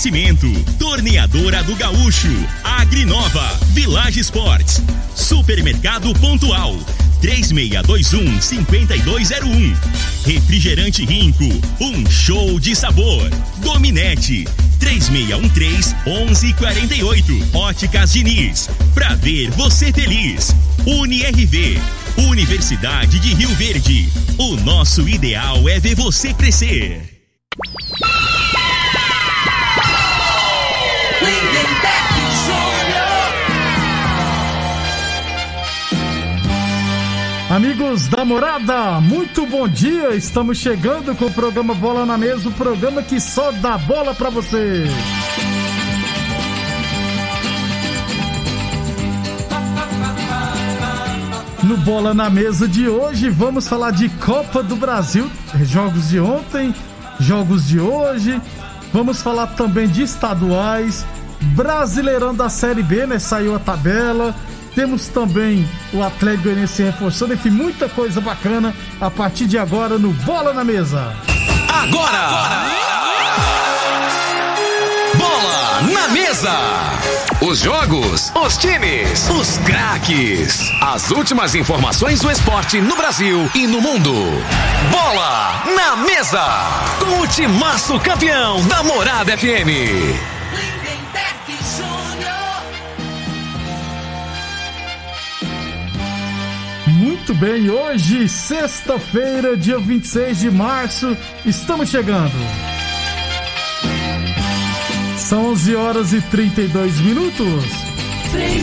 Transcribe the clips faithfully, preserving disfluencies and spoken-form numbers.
Oferecimento: Torneadora do Gaúcho, Agrinova, Village Sports, Supermercado Pontual, três seis dois um, cinco dois zero um. Refrigerante Rinco, um show de sabor. Dominete, três seis um três, onze quarenta e oito. Óticas Diniz, pra ver você feliz. Uni R V, Universidade de Rio Verde. O nosso ideal é ver você crescer. Amigos da Morada, muito bom dia. Estamos chegando com o programa Bola na Mesa, o programa que só dá bola pra você. No Bola na Mesa de hoje, vamos falar de Copa do Brasil, jogos de ontem, jogos de hoje. Vamos falar também de estaduais, Brasileirão da Série B, né? Saiu a tabela. Temos também o Atlético Goianiense reforçando, enfim, muita coisa bacana a partir de agora no Bola na Mesa. Agora! agora. Bola na Mesa! Os jogos, os times, os craques. As últimas informações do esporte no Brasil e no mundo. Bola na Mesa! Com o timaço campeão da Morada F M. Muito bem, hoje, sexta-feira, dia vinte e seis de março, estamos chegando. São onze horas e trinta e dois minutos. Frei,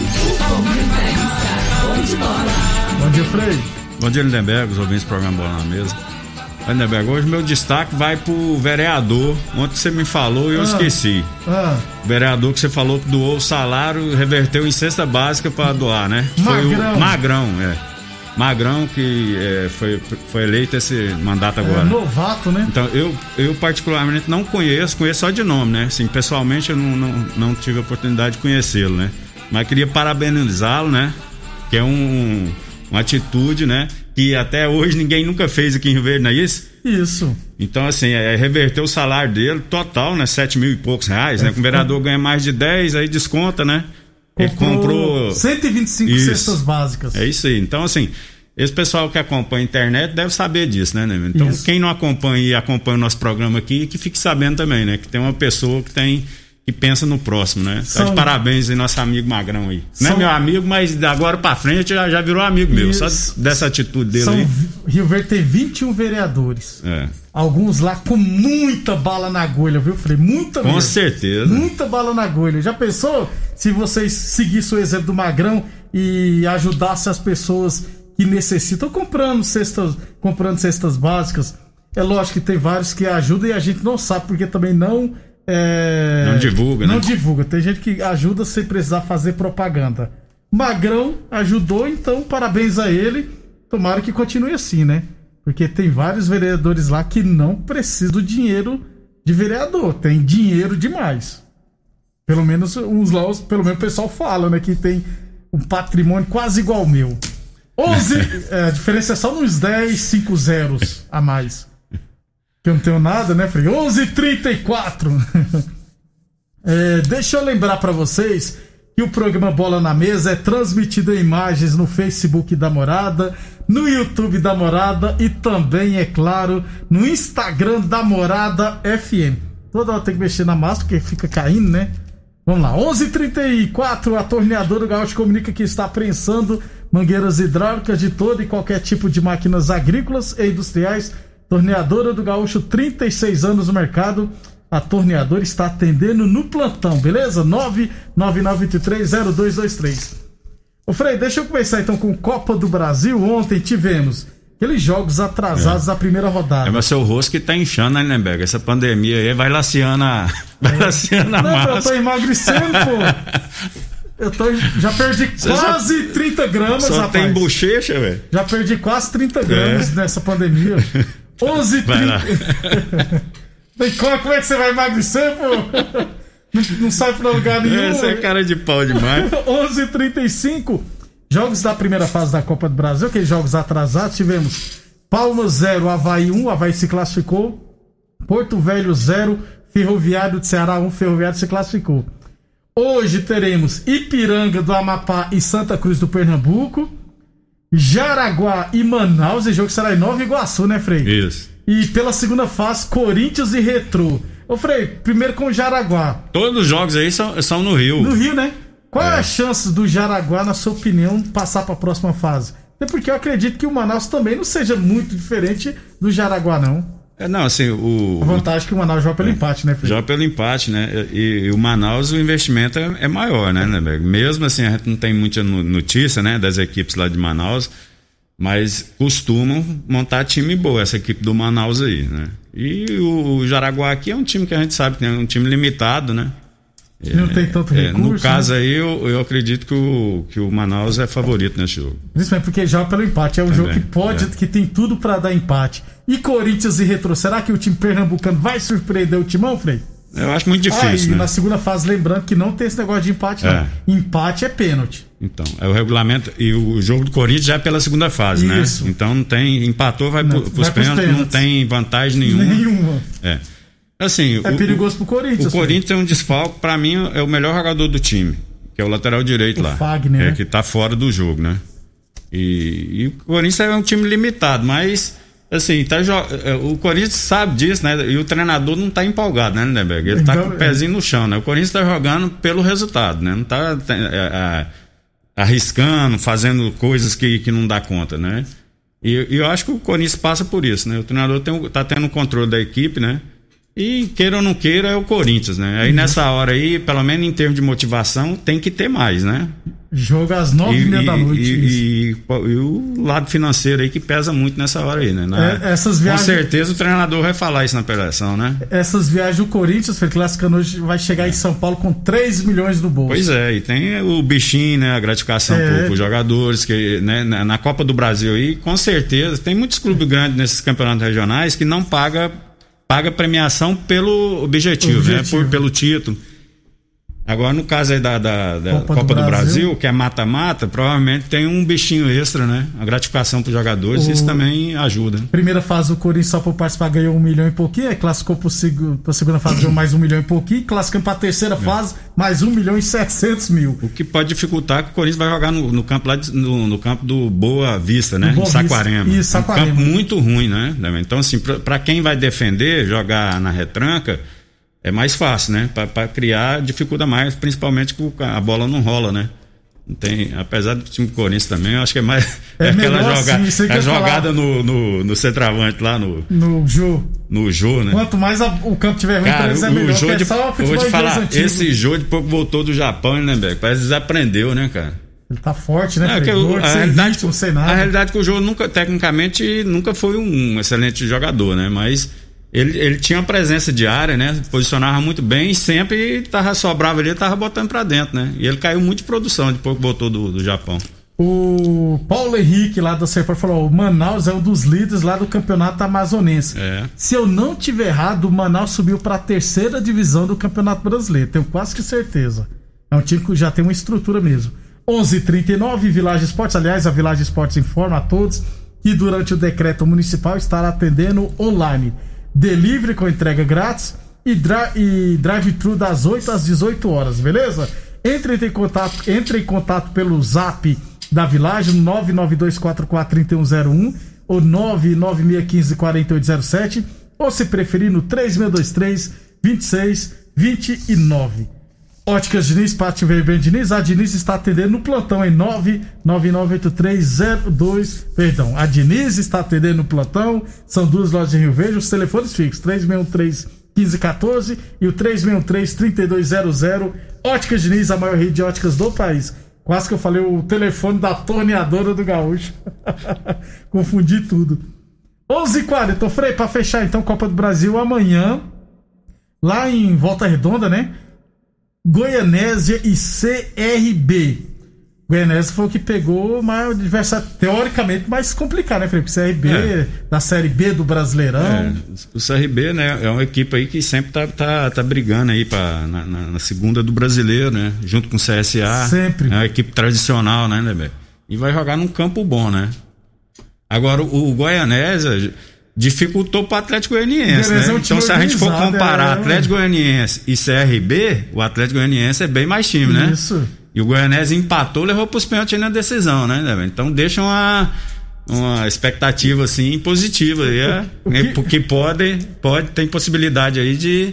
bom de bola. Bom dia, Frei. Bom dia, Lindenberg, os ouvintes do programa Bola na Mesa. Lindenberg, hoje meu destaque vai pro vereador. Ontem você me falou e eu ah, esqueci. Ah. O vereador que você falou que doou o salário, reverteu em cesta básica para doar, né? Magrão. Foi o Magrão, é. Magrão, que é, foi, foi eleito esse mandato agora. É novato, né? Então, eu, eu particularmente não conheço, conheço só de nome, né? Assim, pessoalmente eu não, não, não tive a oportunidade de conhecê-lo, né? Mas queria parabenizá-lo, né? Que é um, uma atitude, né? Que até hoje ninguém nunca fez aqui em Rio Verde, não é isso? Isso. Então, assim, é, reverteu o salário dele total, né? Sete mil e poucos reais, é, né? Com o vereador ganha mais de dez, aí desconta, né? Ele comprou cento e vinte e cinco isso. Cestas básicas. É isso aí. Então, assim, esse pessoal que acompanha a internet deve saber disso, né, né? Então, isso. Quem não acompanha e acompanha o nosso programa aqui, que fique sabendo também, né? Que tem uma pessoa que tem que pensa no próximo, né? São... Tá de parabéns aí, nosso amigo Magrão aí. São... Não é meu amigo, mas de agora pra frente já, já virou amigo meu. Isso. Só dessa atitude dele São... aí. Rio Verde tem vinte e um vereadores. É. Alguns lá com muita bala na agulha, viu, Frei? Muita Com mesmo. certeza. Muita bala na agulha. Já pensou se vocês seguissem o exemplo do Magrão e ajudassem as pessoas que necessitam comprando cestas, comprando cestas básicas? É lógico que tem vários que ajudam e a gente não sabe, porque também não... É... Não divulga, Não né? divulga. Tem gente que ajuda sem precisar fazer propaganda. Magrão ajudou, então parabéns a ele. Tomara que continue assim, né? Porque tem vários vereadores lá que não precisam do dinheiro de vereador. Tem dinheiro demais. Pelo menos uns lá, pelo menos o pessoal fala, né? Que tem um patrimônio quase igual ao meu. onze, é, a diferença é só nos dez, cinco zeros a mais. Que eu não tenho nada, né, Frei? onze e trinta e quatro. É, deixa eu lembrar pra vocês que o programa Bola na Mesa é transmitido em imagens no Facebook da Morada, no YouTube da Morada e também, é claro, no Instagram da Morada F M. Toda hora tem que mexer na massa porque fica caindo, né? Vamos lá, onze e trinta e quatro, a Torneadora Gaúcho comunica que está prensando mangueiras hidráulicas de todo e qualquer tipo de máquinas agrícolas e industriais. Torneadora do Gaúcho, trinta e seis anos no mercado. A Torneadora está atendendo no plantão, beleza? nove nove nove três zero dois dois três. Ô Frei, deixa eu começar então com Copa do Brasil. Ontem tivemos aqueles jogos atrasados é. da primeira rodada. É, mas seu rosto que tá inchando, né, Lindenberg? Essa pandemia aí vai laceando a, vai laceando a Não, massa. eu tô emagrecendo, pô. Eu tô, já perdi Você quase já, trinta gramas, só rapaz. Tem bochecha, velho. Já perdi quase trinta gramas é. nessa pandemia. onze e trinta. Como é que você vai emagrecer, pô? Não, não sai pra lugar nenhum. Essa é cara de pau demais. onze e trinta e cinco. Jogos da primeira fase da Copa do Brasil, aqueles jogos atrasados. Tivemos Palmas zero, Avaí um. Avaí se classificou. Porto Velho zero, Ferroviário do Ceará um, Ferroviário se classificou. Hoje teremos Ipiranga do Amapá e Santa Cruz do Pernambuco, Jaraguá e Manaus, e jogo será em Nova Iguaçu, né, Frei? Isso. E pela segunda fase, Corinthians e Retrô. Ô, Frei, primeiro com o Jaraguá. Todos os jogos aí são, são no Rio. No Rio, né? Qual é É. a chance do Jaraguá, na sua opinião, passar para a próxima fase? Até porque eu acredito que o Manaus também não seja muito diferente do Jaraguá, não. É, não, assim, o... A vantagem é que o Manaus joga pelo é, empate, né, Frei? Joga pelo empate, né? E, e o Manaus, o investimento é, é maior, né, né, mesmo assim, a gente não tem muita notícia, né, das equipes lá de Manaus, mas costumam montar time boa, essa equipe do Manaus aí, né? E o, o Jaraguá aqui é um time que a gente sabe que é um time limitado, né? Não é, tem tanto é, recurso. No caso né? aí, eu, eu acredito que o, que o Manaus é favorito nesse jogo. Principalmente porque joga pelo empate. É um Também, jogo que pode, é. que tem tudo pra dar empate. E Corinthians e Retrô, será que o time pernambucano vai surpreender o Timão, Frei? Eu acho muito difícil, ah, e né? na segunda fase, lembrando que não tem esse negócio de empate, É. não. Empate é pênalti. Então, é o regulamento. E o jogo do Corinthians já é pela segunda fase, Isso. né? Então não tem. Empatou, vai, Não, pro, vai pros pros pênaltis, não pênaltis. tem vantagem nenhuma. Nenhuma. É. Assim, É o, perigoso pro Corinthians. O Corinthians tem um desfalque, pra mim, é o melhor jogador do time, que é o lateral direito O lá. Fagner, é, né? que tá fora do jogo, né? E, e o Corinthians é um time limitado, mas assim, tá, jo- o Corinthians sabe disso, né? E o treinador não tá empolgado, né, Lindenberg? Ele tá Então, com o pezinho no chão, né? O Corinthians tá jogando pelo resultado, né? Não tá é, é, arriscando, fazendo coisas que, que não dá conta, né? E, e eu acho que o Corinthians passa por isso, né? O treinador tem, um- tá tendo o controle da equipe, né? E queira ou não queira é o Corinthians, né? Aí nessa hora aí, pelo menos em termos de motivação, tem que ter mais, né? Jogo às nove e meia da noite. E, isso. e- e o lado financeiro aí que pesa muito nessa hora aí, né? Na- É, essas viagens- Com certeza o treinador vai falar isso na preleção, né? Essas viagens do Corinthians, Frei, classificando hoje, vai chegar em São Paulo com três milhões no bolso. Pois é, e tem o bichinho, né? A gratificação É. para os jogadores, que né, na, na Copa do Brasil aí, com certeza, tem muitos clubes grandes nesses campeonatos regionais que não paga, paga premiação pelo objetivo, Objetivo. né? Por, pelo título. Agora, no caso aí da, da, da Copa Copa, do do, Brasil, Brasil, que é mata-mata, provavelmente tem um bichinho extra, né? A gratificação para os jogadores, O- isso também ajuda. Primeira fase, o Corinthians só por participar ganhou um milhão e pouquinho, aí classificou para a segunda fase, ganhou mais um milhão e pouquinho, classificando para a terceira fase, mais um milhão e setecentos mil. O que pode dificultar é que o Corinthians vai jogar no, no campo lá de- no, no campo do Boa Vista, né? Do Boa Em Saquarema. Vista. Isso, Saquarema. Um campo muito ruim, né? Então, assim, para quem vai defender, jogar na retranca, é mais fácil, né? Para criar dificulta mais, principalmente que a bola não rola, né? Não tem, apesar do time do Corinthians também, eu acho que é mais. É É, aquela melhor joga, assim, isso aí que é eu ia jogada no, no, no centroavante lá no, No jogo. no Jô, né? Quanto mais a- o campo tiver ruim, Cara, parece é o, melhor. o Jô que é de, só eu vou futebol te falar, inglês antigo. esse Jô de pouco voltou do Japão, né, Beck? Parece que desaprendeu, né, cara? Ele tá forte, né? É, que Frei? o- Gordo, a, sem realidade, ritmo, sem nada. a realidade é que o Jô nunca, tecnicamente, nunca foi um excelente jogador, né? Mas ele, ele tinha uma presença diária, né? Posicionava muito bem e sempre tava, sobrava ali, tava botando pra dentro, né? E ele caiu muito de produção depois que voltou do, do Japão. O Paulo Henrique lá da Serpa falou: o Manaus é um dos líderes lá do campeonato amazonense. É. Se eu não tiver errado, o Manaus subiu para a terceira divisão do Campeonato Brasileiro. Tenho quase que certeza. É um time que já tem uma estrutura mesmo. onze e trinta e nove, Village Esportes. Aliás, a Village Esportes informa a todos que durante o decreto municipal estará atendendo online. Delivery com entrega grátis e, dri- e drive-thru das oito às dezoito horas, beleza? Entre em contato, entre em contato pelo zap da Village no nove nove dois quatro quatro três um zero um ou nove nove seis um cinco quatro oito zero sete ou se preferir no três seis dois três, dois seis dois nove. Óticas Diniz, Pátio Verben Diniz, a Diniz está atendendo no plantão em nove nove nove oito três zero dois, perdão, a Diniz está atendendo no plantão, são duas lojas em Rio Verde, os telefones fixos, três seis um três, um cinco um quatro e o três seis um três, três dois zero zero. Óticas Diniz, a maior rede de óticas do país. Quase que eu falei o telefone da torneadora do Gaúcho. Confundi tudo. onze e quarenta, Frei, pra fechar então, Copa do Brasil amanhã, lá em Volta Redonda, né? Goianésia e C R B. Goianésia foi o que pegou uma adversário teoricamente mais complicado, né, Frei? Porque C R B, É. da Série B do Brasileirão. É, o C R B, né, é uma equipe aí que sempre tá, tá, tá brigando aí pra, na, na, na segunda do brasileiro, né? Junto com o C S A. Sempre. É uma equipe tradicional, né, né, Beto? E vai jogar num campo bom, né? Agora, o, o Goianésia, dificultou para o Atlético Goianiense, né? Então, se a gente for comparar é, Atlético Goianiense e C R B, o Atlético Goianiense é bem mais time, né? Isso. E o Goianese empatou, levou para os pênaltis na decisão, né? Então, deixa uma, uma expectativa, assim, positiva. Aí, é, que... Porque pode, pode, tem possibilidade aí de,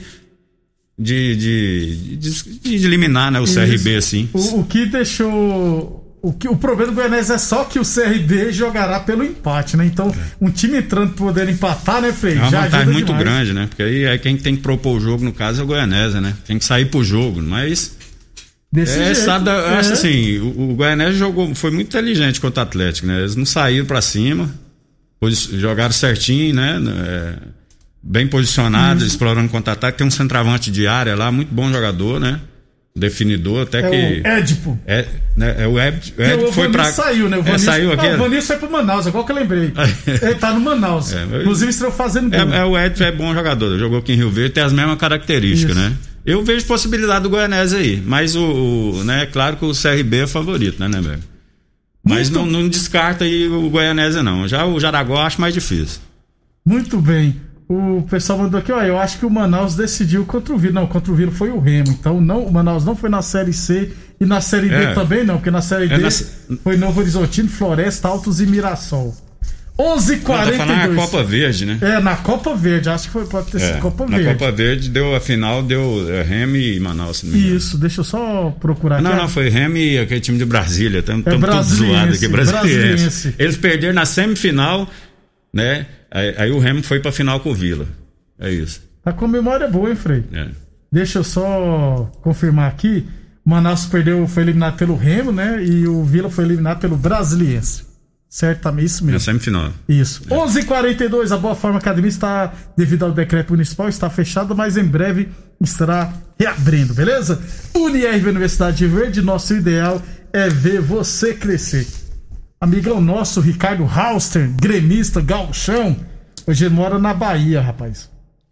de, de, de, de eliminar, né, o Isso. C R B, assim. O, o que deixou... O, que, o problema do Goianese é só que o C R B jogará pelo empate, né? Então, um time entrando podendo empatar, né, Frei? É uma já vantagem muito demais. grande, né? Porque aí é quem tem que propor o jogo, no caso, é o Goianese, né? Tem que sair pro jogo, mas... Desse é, jeito, sabe, eu é. acho assim, o, o Goianese jogou, foi muito inteligente contra o Atlético, né? Eles não saíram pra cima, jogaram certinho, né? É, bem posicionados, explorando contra-ataque. Tem um centroavante de área lá, muito bom jogador, né? Definidor, até é que. O Édipo. É, né, é o Édipo. O Édipo foi pra. Saiu, né? O Vanis, é, saiu aqui. Não, o Vanis foi pro Manaus, igual que eu lembrei. Ele tá no Manaus. É, mas... Inclusive, estão fazendo gol. É, é, o Édipo é bom jogador, jogou aqui em Rio Verde, tem as mesmas características, Isso. né? Eu vejo possibilidade do Goianese aí, mas o, o né, claro que o C R B é favorito, né, né, velho? Mas não, não descarta aí o Goianese, não. Já o Jaraguá eu acho mais difícil. Muito bem. O pessoal mandou aqui, ó, eu acho que o Manaus decidiu contra o Vila. Não, contra o Vila foi o Remo. Então, não, o Manaus não foi na Série C e na Série D é. também não, porque na Série D é na... foi Novo Horizontino, Floresta, Altos e Mirassol. onze e quarenta e dois. Tá falando na Copa Verde, né? É, na Copa Verde, acho que foi, pode ter sido é, Copa na Verde. Na Copa Verde deu a final, deu é, Remo e Manaus. Se não me Isso, deixa eu só procurar não, aqui. Não, não, foi Remo e aquele time de Brasília. Estamos é todos zoados aqui, brasileiros. Brasiliense. Eles perderam na semifinal, né? Aí, aí o Remo foi pra final com o Vila. É isso. Tá com memória boa, hein, Frei? É. Deixa eu só confirmar aqui. O Manaus perdeu, foi eliminado pelo Remo, né? E o Vila foi eliminado pelo Brasiliense. Certamente isso mesmo. Na semifinal. Isso. É. onze e quarenta e dois, a Boa Forma Academia está, devido ao decreto municipal, está fechada, mas em breve estará reabrindo, beleza? Unirv Universidade de Verde, nosso ideal é ver você crescer. Amigão nosso, Ricardo Hauster, gremista, gauchão, hoje ele mora na Bahia, rapaz.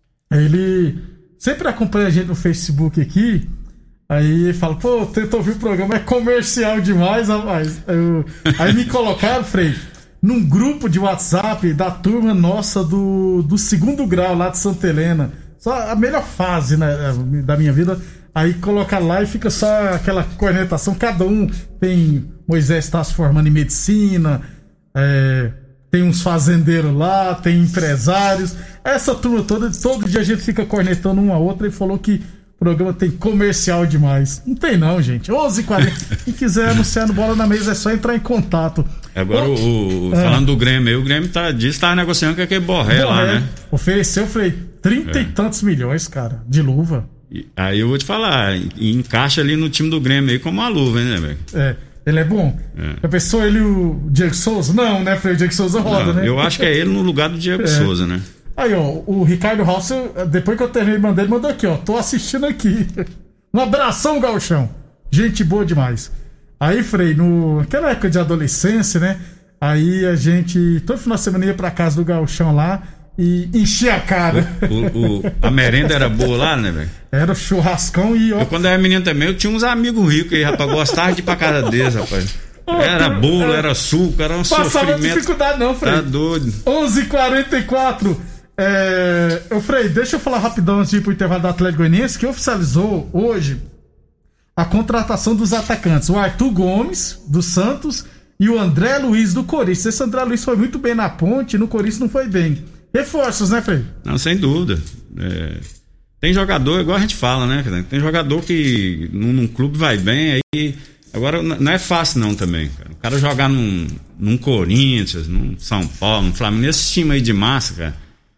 Ele sempre acompanha a gente no Facebook aqui. Aí ele fala, pô, tenta ouvir o programa, é comercial demais, rapaz. Eu... Aí me colocaram, Frei, num grupo de WhatsApp da turma nossa do, do segundo grau lá de Santa Helena. Só a melhor fase, né, da minha vida. Aí coloca lá e fica só aquela cornetação. Cada um tem. Moisés está se formando em medicina, é, tem uns fazendeiros lá, tem empresários. Essa turma toda, todo dia a gente fica cornetando uma a outra e falou que o programa tem comercial demais. Não tem não, gente. onze e quarenta. Quem quiser anunciar no Bola na Mesa é só entrar em contato. Agora, o, o, falando é. do Grêmio aí, o Grêmio tá, diz que tá negociando com aquele Borré, Borré lá, né? Ofereceu, falei, trinta é. e tantos milhões, cara, de luva. E, aí eu vou te falar, encaixa ali no time do Grêmio aí como uma luva, né, velho? É. Ele é bom? É. Já pensou ele o Diego Souza? Não, né, Frei? O Diego Souza roda, não, né? Eu acho que é ele no lugar do Diego é. Souza, né? Aí, ó, o Ricardo House, depois que eu terminei de mandar, ele mandou aqui, ó. Tô assistindo aqui. Um abração, gauchão. Gente boa demais. Aí, Frei, no, naquela época de adolescência, né? Aí a gente, todo final de semana ia pra casa do gauchão lá e enchia a cara. O, o, o, a merenda era boa lá, né, velho? Era churrascão e... Ó, eu, quando era menino também, eu tinha uns amigos ricos aí, rapaz. Gostava de ir pra casa deles, rapaz. Era bolo, era suco, era um Passava sofrimento. Passava dificuldade não, Frei. Tá doido. onze e quarenta e quatro. É... Ô, Frei, deixa eu falar rapidão antes de ir pro intervalo do Atlético Goianiense, que oficializou hoje a contratação dos atacantes. O Arthur Gomes, do Santos, e o André Luiz, do Corinthians. Esse André Luiz foi muito bem na Ponte, no Corinthians não foi bem. Reforços, né, Frei? Não, sem dúvida. É... Tem jogador, igual a gente fala, né? Tem jogador que num, num clube vai bem, aí... Agora, não é fácil não também, cara. O cara jogar num, num Corinthians, num São Paulo, num Flamengo, esse time aí de massa, cara,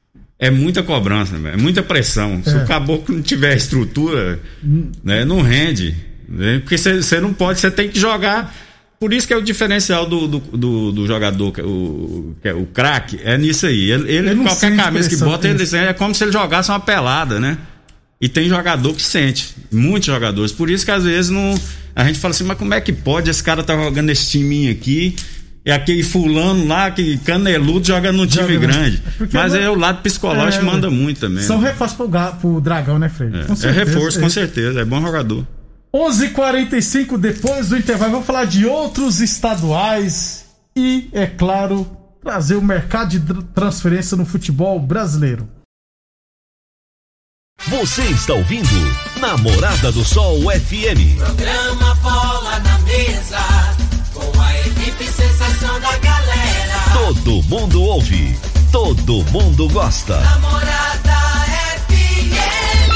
é muita cobrança, né? É muita pressão. É. Se o caboclo não tiver estrutura, hum. né, não rende. Né? Porque você não pode, você tem que jogar. Por isso que é o diferencial do, do, do, do jogador, o, o craque, é nisso aí. Ele, ele, ele qualquer camisa que bota, ele, é como se ele jogasse uma pelada, né? E tem jogador que sente, muitos jogadores. Por isso que às vezes não, a gente fala assim, mas como é que pode esse cara tá jogando esse timinho aqui e aquele fulano lá, que caneludo, joga num time joga, grande. Mas é o lado psicológico, é, manda muito também. São né? reforços pro, pro Dragão, né, Frei? É, é reforço, com certeza, é bom jogador. onze e quarenta e cinco, depois do intervalo, vamos falar de outros estaduais e, é claro, trazer o mercado de transferência no futebol brasileiro. Você está ouvindo Namorada do Sol F M. Programa Bola na Mesa, com a equipe sensação da galera. Todo mundo ouve, todo mundo gosta. Namorada F M.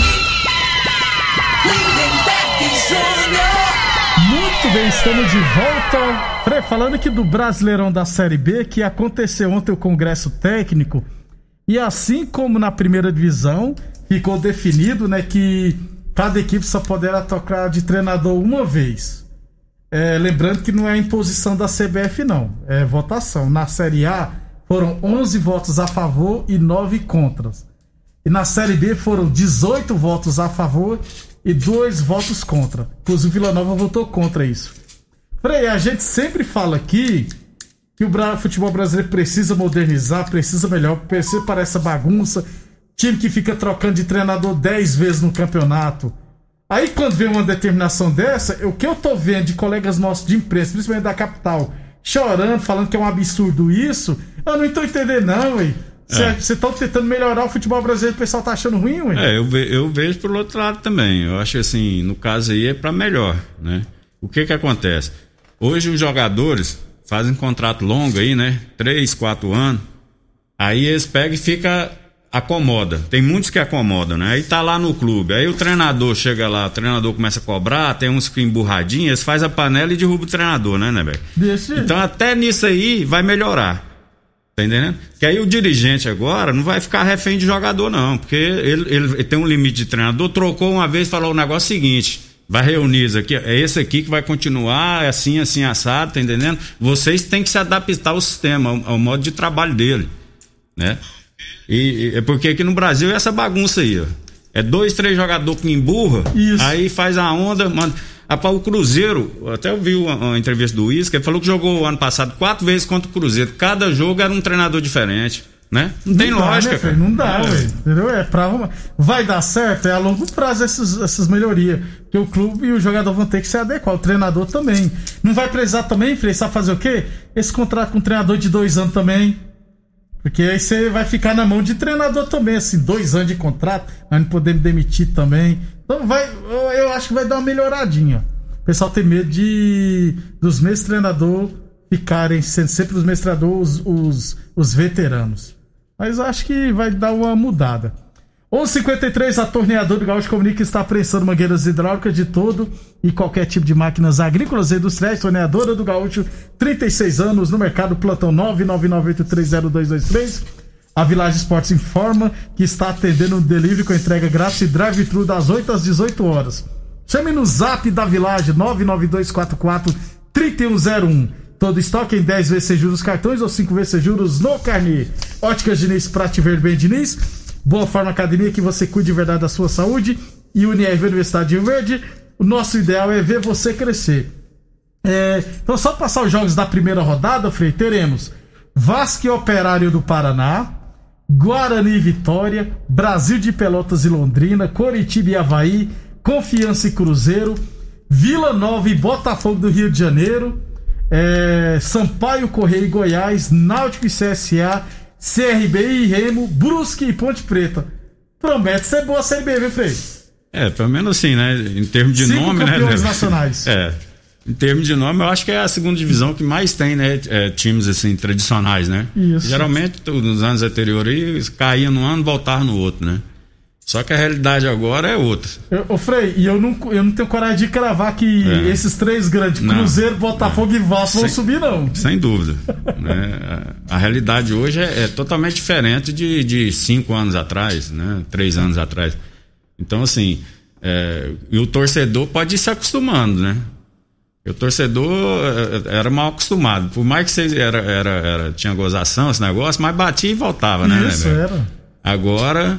Lindenberg Júnior. Muito bem, estamos de volta. Frei, falando aqui do Brasileirão da Série B, que aconteceu ontem o Congresso Técnico, e assim como na primeira divisão, ficou definido, né, que cada equipe só poderá trocar de treinador uma vez. É, lembrando que não é imposição da C B F, não. É votação. Na Série A foram onze votos a favor e nove contras. E na Série B foram dezoito votos a favor e dois votos contra. Inclusive o Vila Nova votou contra isso. Frei, a gente sempre fala aqui que o futebol brasileiro precisa modernizar, precisa melhor, precisa parar essa bagunça. Time que fica trocando de treinador dez vezes no campeonato. Aí quando vem uma determinação dessa, o que eu tô vendo de colegas nossos de imprensa, principalmente da capital, chorando, falando que é um absurdo isso, eu não tô entendendo não, ué. Você é. tá tentando melhorar o futebol brasileiro, o pessoal tá achando ruim, ué? É, eu, ve, eu vejo pro outro lado também. Eu acho assim, no caso aí é pra melhor, né? O que que acontece? Hoje os jogadores fazem contrato longo aí, né? Três, quatro anos. Aí eles pegam e ficam... acomoda, tem muitos que acomodam, né? Aí tá lá no clube, aí o treinador chega lá, o treinador começa a cobrar, tem uns que emburradinhos, eles fazem a panela e derrubam o treinador, né, né, velho? Então até nisso aí vai melhorar, tá entendendo? Que aí o dirigente agora não vai ficar refém de jogador não, porque ele, ele, ele tem um limite de treinador, trocou uma vez e falou o negócio seguinte, vai reunir isso aqui, é esse aqui que vai continuar, é assim, assim, assado, tá entendendo? Vocês têm que se adaptar ao sistema, ao, ao modo de trabalho dele, né? E é porque aqui no Brasil é essa bagunça aí, ó. É dois, três jogadores que emburra, isso. Aí faz a onda, mano. O Cruzeiro, até eu vi uma, uma entrevista do Isca, ele falou que jogou ano passado quatro vezes contra o Cruzeiro. Cada jogo era um treinador diferente, né? Não, não tem dá, lógica, né, cara. Não dá, é. Entendeu? É pra arrumar. Vai dar certo, é a longo prazo essas, essas melhorias. Porque o clube e o jogador vão ter que se adequar, o treinador também. Não vai precisar também, Frei, sabe fazer o quê? Esse contrato com um treinador de dois anos também. Porque aí você vai ficar na mão de treinador também, assim, dois anos de contrato, nós não podemos demitir também. Então vai, eu acho que vai dar uma melhoradinha. O pessoal tem medo de dos mesmos treinadores ficarem sendo sempre os mesmos treinadores, os, os, os veteranos. Mas eu acho que vai dar uma mudada. onze e cinquenta e três, a Torneadora do Gaúcho comunica que está prensando mangueiras hidráulicas de todo e qualquer tipo de máquinas agrícolas e industriais. Torneadora do Gaúcho, trinta e seis anos no mercado, plantão nove nove nove oito três zero dois dois três. A Village Sports informa que está atendendo um delivery com entrega grátis e drive-thru das oito às dezoito horas. Chame no zap da Village nove nove dois quatro quatro três um zero um. Todo estoque em dez vezes sem juros cartões ou cinco vezes sem juros no carnê. Óticas Diniz, Prate Verde Bem Diniz. Boa Forma Academia, que você cuide de verdade da sua saúde. E Unier Universidade de Rio Verde. O nosso ideal é ver você crescer. É, então, só passar os jogos da primeira rodada, Frei, teremos Vasco e Operário do Paraná, Guarani e Vitória, Brasil de Pelotas e Londrina, Coritiba e Avaí, Confiança e Cruzeiro, Vila Nova e Botafogo do Rio de Janeiro, é, Sampaio, Correia e Goiás, Náutico e C S A, C R B e Remo, Brusque e Ponte Preta. Promete ser boa a Série B, viu, Frei? É, pelo menos assim, né? Em termos de Cinco nome, campeões, né? campeões nacionais. É. Em termos de nome, eu acho que é a segunda divisão que mais tem, né? É, times, assim, tradicionais, né? Isso. Geralmente, nos anos anteriores, caía num ano e voltava no outro, né? Só que a realidade agora é outra. Ô, Frei, e eu não, eu não tenho coragem de cravar que é. esses três grandes, não, Cruzeiro, Botafogo é. e Vasco, vão subir, não. Sem dúvida. Né? A realidade hoje é, é totalmente diferente de, de cinco anos atrás, né? Três anos atrás. Então, assim, é, e o torcedor pode ir se acostumando, né? O torcedor era mal acostumado. Por mais que você era, era, era, tinha gozação, esse negócio, mas batia e voltava, né? Isso, né, era. Agora.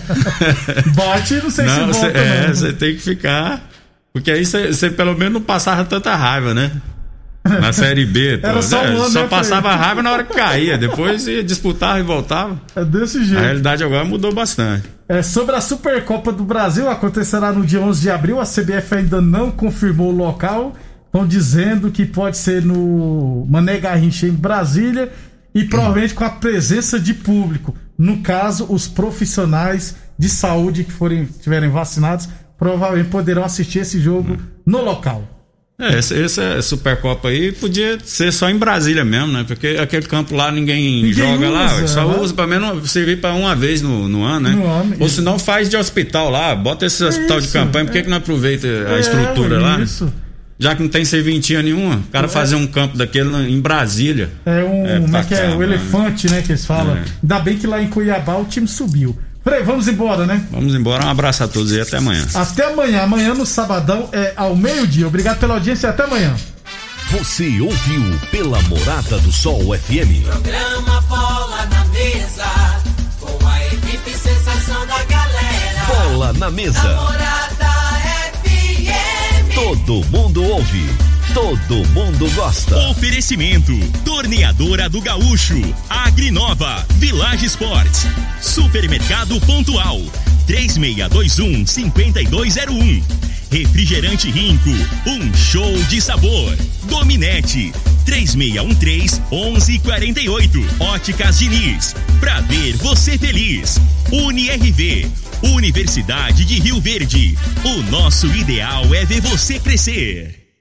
Bate, não sei não, se volta. Cê, é, você tem que ficar. Porque aí você pelo menos não passava tanta raiva, né? Na Série B. Era só, um ano, só né, passava raiva na hora que caía. Depois ia disputava e voltava. É desse jeito. A realidade agora mudou bastante. É, sobre a Supercopa do Brasil, acontecerá no dia onze de abril. A C B F ainda não confirmou o local. Estão dizendo que pode ser no Mané Garrincha, em Brasília. e provavelmente com a presença de público. No caso, os profissionais de saúde que forem, tiverem vacinados provavelmente poderão assistir esse jogo hum. no local. É, esse, esse Supercopa aí podia ser só em Brasília mesmo, né? Porque aquele campo lá ninguém, ninguém joga usa, lá, só né? usa pelo menos servir para uma vez no, no ano, né? No ano, Ou se não faz de hospital lá, bota esse é hospital isso, de campanha, por que é. que não aproveita a é, estrutura lá? Isso. Já que não tem serventia nenhuma, o cara é. fazer um campo daquele em Brasília. É um, é, como é que é? O elefante, né, que eles falam. É. Ainda bem que lá em Cuiabá o time subiu. Frei, vamos embora, né? Vamos embora, um abraço a todos e até amanhã. Até amanhã, amanhã no sabadão é ao meio-dia. Obrigado pela audiência e até amanhã. Você ouviu pela Morada do Sol F M. Programa Bola na Mesa, com a equipe sensação da galera. Bola na Mesa. Morada F M. Todo mundo ouve. Todo mundo gosta. Oferecimento: Torneadora do Gaúcho, Agrinova, Village Sports, Supermercado Pontual, três seis dois um, cinco dois zero um. Refrigerante Rinco, um show de sabor. Dominete, três seis um três, um um quatro oito. Óticas Diniz, pra ver você feliz. Uni R V, Universidade de Rio Verde. O nosso ideal é ver você crescer.